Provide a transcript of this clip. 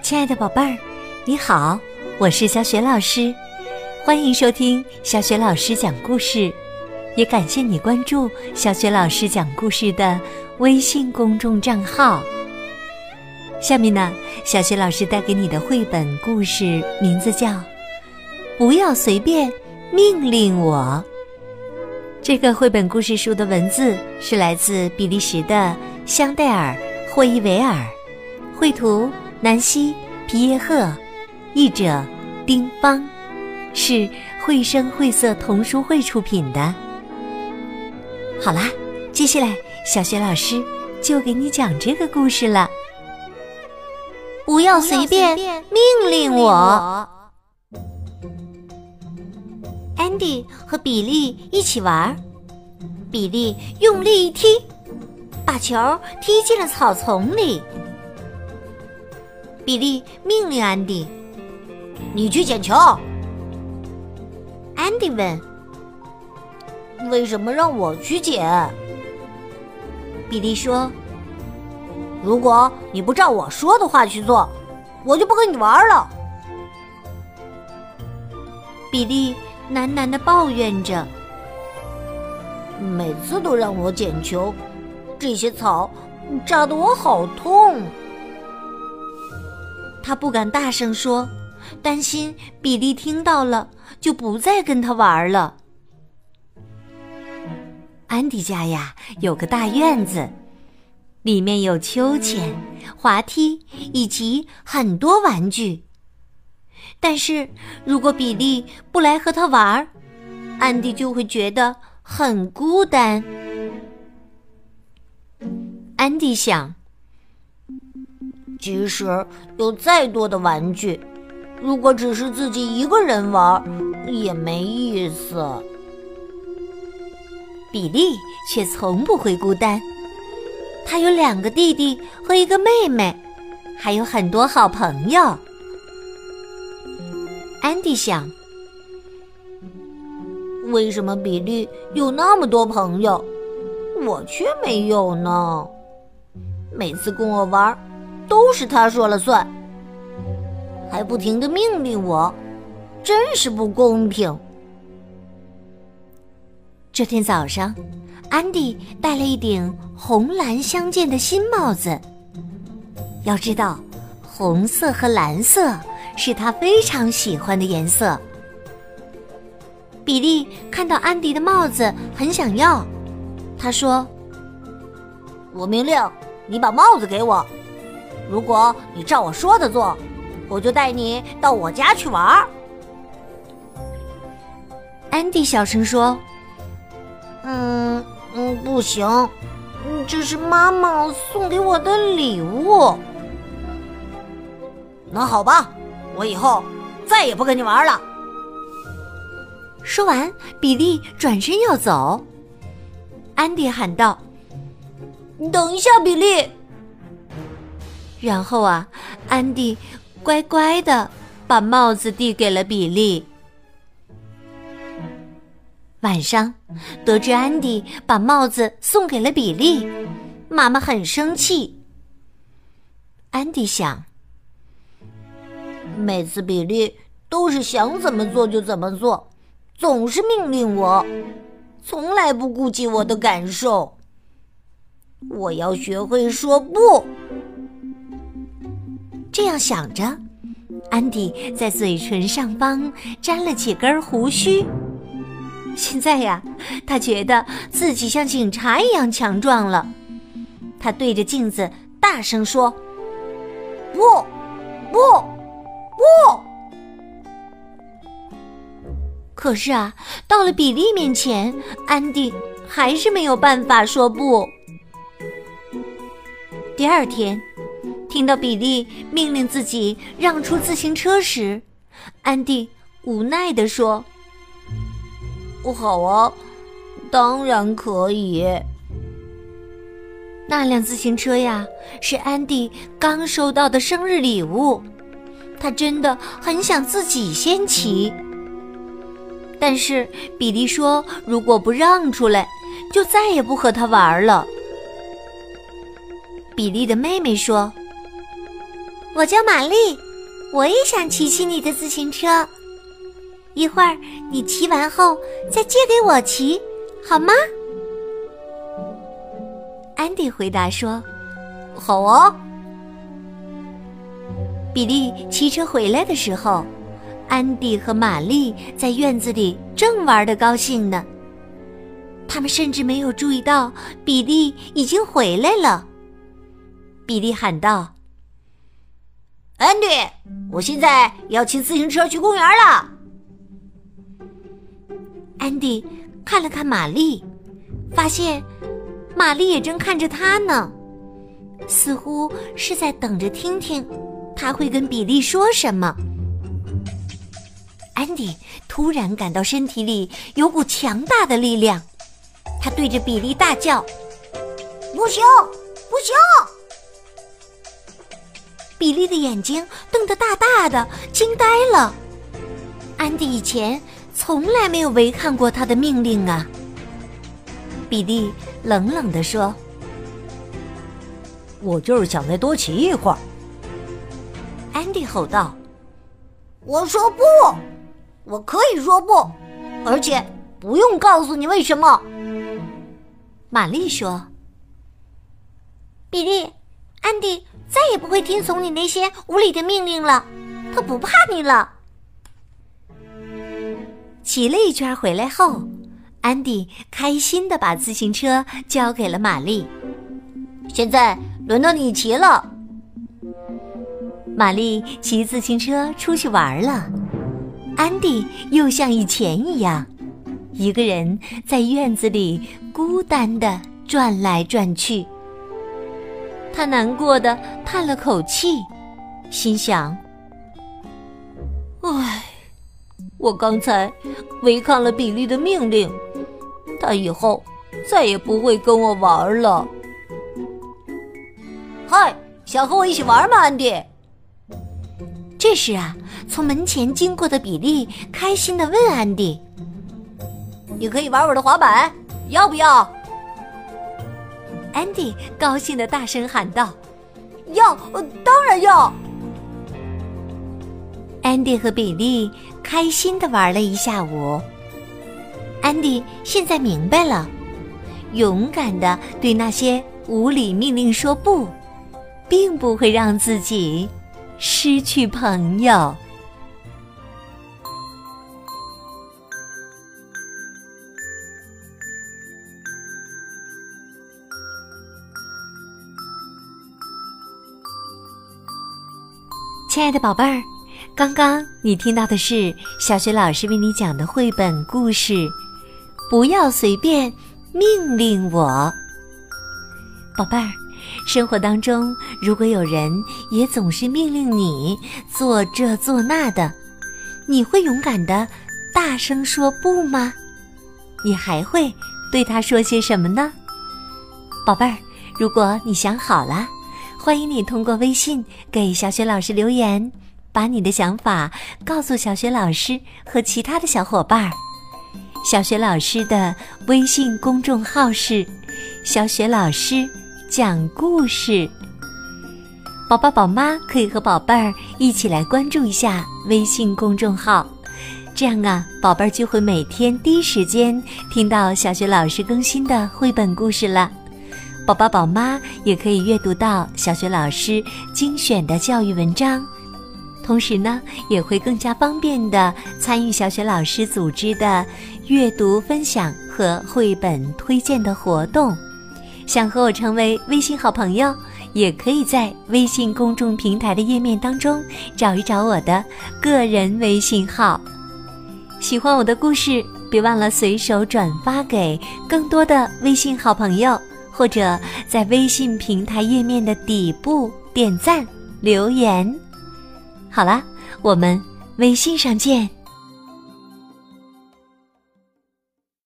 亲爱的宝贝儿，你好，我是小雪老师，欢迎收听小雪老师讲故事，也感谢你关注小雪老师讲故事的微信公众账号。下面呢，小雪老师带给你的绘本故事名字叫《不要随便命令我》。这个绘本故事书的文字是来自比利时的香戴尔·霍伊维尔，绘图南希·皮耶赫，译者丁芳，是绘声绘色童书会出品的。好啦，接下来小雪老师就给你讲这个故事了。不要随便命令我。安迪和比利一起玩，比利用力一踢，把球踢进了草丛里。比利命令安迪：“你去捡球。”安迪问：“为什么让我去捡？”比利说：“如果你不照我说的话去做，我就不跟你玩了。”比利喃喃地抱怨着：“每次都让我捡球，这些草扎得我好痛。”他不敢大声说，担心比利听到了就不再跟他玩了。安迪家呀，有个大院子，里面有秋千、滑梯以及很多玩具。但是如果比利不来和他玩，安迪就会觉得很孤单。安迪想，即使有再多的玩具，如果只是自己一个人玩，也没意思。比利却从不会孤单，他有2个弟弟和1个妹妹，还有很多好朋友。安迪想，为什么比利有那么多朋友，我却没有呢？每次跟我玩都是他说了算，还不停地命令我，真是不公平。这天早上，安迪戴了一顶红蓝相间的新帽子。要知道，红色和蓝色是他非常喜欢的颜色。比利看到安迪的帽子很想要，他说：“我命令你把帽子给我，如果你照我说的做，我就带你到我家去玩。”安迪小声说：“不行，这是妈妈送给我的礼物。”那好吧，我以后再也不跟你玩了。说完，比利转身要走。安迪喊道：“等一下，比利！”然后安迪乖乖地把帽子递给了比利。晚上，得知安迪把帽子送给了比利，妈妈很生气。安迪想，每次比利都是想怎么做就怎么做，总是命令我，从来不顾及我的感受。我要学会说不。这样想着，安迪在嘴唇上方沾了几根胡须。现在呀，他觉得自己像警察一样强壮了。他对着镜子大声说：“不，不，不！”可是到了比利面前，安迪还是没有办法说不。第二天，听到比利命令自己让出自行车时，安迪无奈地说：“好啊，当然可以。”那辆自行车呀，是安迪刚收到的生日礼物，他真的很想自己先骑。但是比利说，如果不让出来，就再也不和他玩了。比利的妹妹说：“ 我叫玛丽，我也想骑骑你的自行车。一会儿你骑完后再借给我骑，好吗？ 安迪回答说： 好啊。 比利骑车回来的时候，安迪和玛丽在院子里正玩得高兴呢。他们甚至没有注意到比利已经回来了。比利喊道： 安迪，我现在要骑自行车去公园了。 安迪看了看玛丽，发现玛丽也正看着他呢，似乎是在等着听听他会跟比利说什么。安迪突然感到身体里有股强大的力量，他对着比利大叫： 不行，不行！ 比利的眼睛瞪得大大的，惊呆了。安迪以前从来没有违抗过他的命令啊。比利冷冷地说： 我就是想再多骑一会儿。 安迪吼道： 我说不，我可以说不，而且不用告诉你为什么。 玛丽说： 比利，安迪再也不会听从你那些无理的命令了，他不怕你了。 骑了一圈回来后，安迪开心地把自行车交给了玛丽。 现在轮到你骑了。 玛丽骑自行车出去玩了，安迪又像以前一样，一个人在院子里孤单地转来转去。他难过地叹了口气，心想：唉，我刚才违抗了比利的命令，他以后再也不会跟我玩了。 嗨，想和我一起玩吗，安迪？ 这时啊，从门前经过的比利开心地问安迪： 你可以玩我的滑板，要不要？ 安迪高兴地大声喊道： 要，当然要。 安迪和比利开心地玩了一下午。安迪现在明白了，勇敢地对那些无理命令说不，并不会让自己失去朋友。亲爱的宝贝儿，刚刚你听到的是小雪老师为你讲的绘本故事《不要随便命令我》。宝贝儿，生活当中如果有人也总是命令你做这做那的，你会勇敢地大声说不吗？你还会对他说些什么呢？宝贝儿，如果你想好了，欢迎你通过微信给小雪老师留言，把你的想法告诉小雪老师和其他的小伙伴。小雪老师的微信公众号是小雪老师讲故事。宝宝宝妈可以和宝贝儿一起来关注一下微信公众号，这样啊，宝贝儿就会每天第一时间听到小雪老师更新的绘本故事了。宝宝宝妈也可以阅读到小雪老师精选的教育文章，同时呢，也会更加方便地参与小雪老师组织的阅读分享和绘本推荐的活动。想和我成为微信好朋友，也可以在微信公众平台的页面当中找一找我的个人微信号。喜欢我的故事，别忘了随手转发给更多的微信好朋友，或者在微信平台页面的底部点赞留言。好了，我们微信上见。